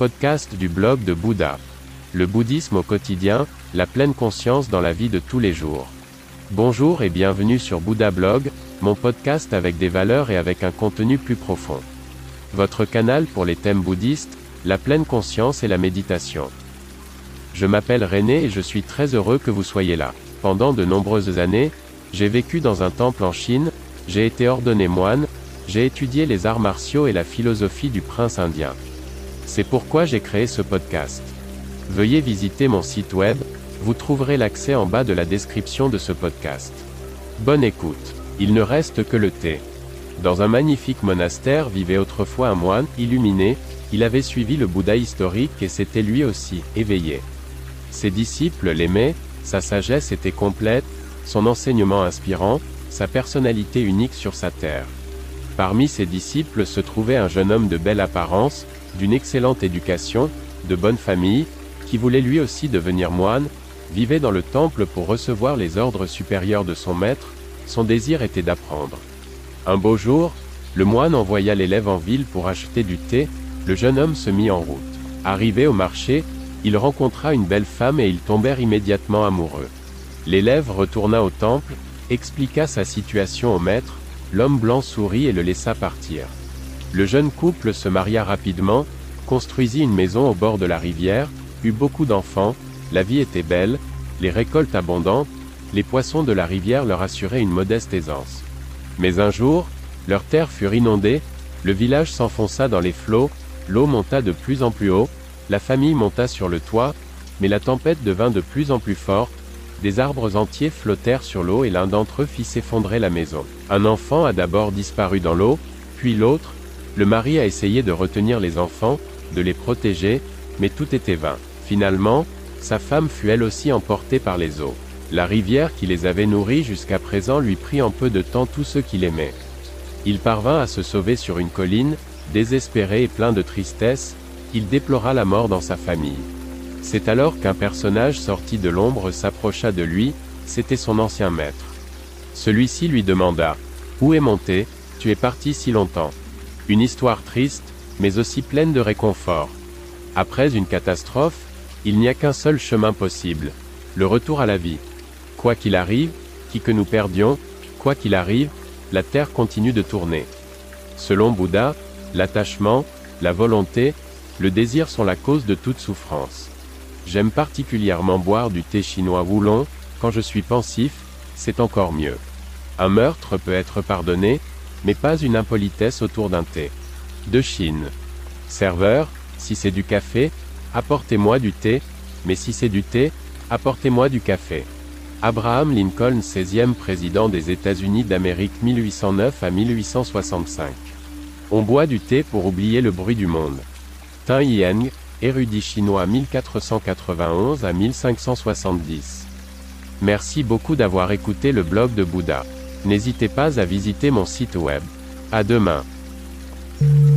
podcast du blog de Bouddha. Le bouddhisme au quotidien, la pleine conscience dans la vie de tous les jours. Bonjour et bienvenue sur Bouddha Blog, mon podcast avec des valeurs et avec un contenu plus profond. Votre canal pour les thèmes bouddhistes, la pleine conscience et la méditation. Je m'appelle René et je suis très heureux que vous soyez là. Pendant de nombreuses années, j'ai vécu dans un temple en Chine, j'ai été ordonné moine, j'ai étudié les arts martiaux et la philosophie du prince indien. C'est pourquoi j'ai créé ce podcast. Veuillez visiter mon site web, vous trouverez l'accès en bas de la description de ce podcast. Bonne écoute. Il ne reste que le thé. Dans un magnifique monastère vivait autrefois un moine, illuminé, il avait suivi le Bouddha historique et s'était lui aussi éveillé. Ses disciples l'aimaient, sa sagesse était complète, son enseignement inspirant, sa personnalité unique sur sa terre. Parmi ses disciples se trouvait un jeune homme de belle apparence, d'une excellente éducation, de bonne famille, qui voulait lui aussi devenir moine, vivait dans le temple pour recevoir les ordres supérieurs de son maître, son désir était d'apprendre. Un beau jour, le moine envoya l'élève en ville pour acheter du thé, le jeune homme se mit en route. Arrivé au marché, il rencontra une belle femme et ils tombèrent immédiatement amoureux. L'élève retourna au temple, expliqua sa situation au maître, l'homme blanc sourit et le laissa partir. Le jeune couple se maria rapidement, construisit une maison au bord de la rivière, eut beaucoup d'enfants, la vie était belle, les récoltes abondantes, les poissons de la rivière leur assuraient une modeste aisance. Mais un jour, leurs terres furent inondées, le village s'enfonça dans les flots, l'eau monta de plus en plus haut, la famille monta sur le toit, mais la tempête devint de plus en plus forte, des arbres entiers flottèrent sur l'eau et l'un d'entre eux fit s'effondrer la maison. Un enfant a d'abord disparu dans l'eau, puis l'autre, le mari a essayé de retenir les enfants, de les protéger, mais tout était vain. Finalement, sa femme fut elle aussi emportée par les eaux. La rivière qui les avait nourris jusqu'à présent lui prit en peu de temps tous ceux qu'il aimait. Il parvint à se sauver sur une colline, désespéré et plein de tristesse, il déplora la mort dans sa famille. C'est alors qu'un personnage sorti de l'ombre s'approcha de lui, c'était son ancien maître. Celui-ci lui demanda « Où est mon thé? Tu es parti si longtemps ?» Une histoire triste, mais aussi pleine de réconfort. Après une catastrophe, il n'y a qu'un seul chemin possible, le retour à la vie. Quoi qu'il arrive, qui que nous perdions, quoi qu'il arrive, la terre continue de tourner. Selon Bouddha, l'attachement, la volonté, le désir sont la cause de toute souffrance. J'aime particulièrement boire du thé chinois Oolong, quand je suis pensif, c'est encore mieux. Un meurtre peut être pardonné, mais pas une impolitesse autour d'un thé. De Chine. Serveur, si c'est du café, apportez-moi du thé, mais si c'est du thé, apportez-moi du café. Abraham Lincoln, 16e président des États-Unis d'Amérique 1809 à 1865. On boit du thé pour oublier le bruit du monde. Tin Yang, érudit chinois 1491 à 1570. Merci beaucoup d'avoir écouté le blog de Bouddha. N'hésitez pas à visiter mon site web. À demain.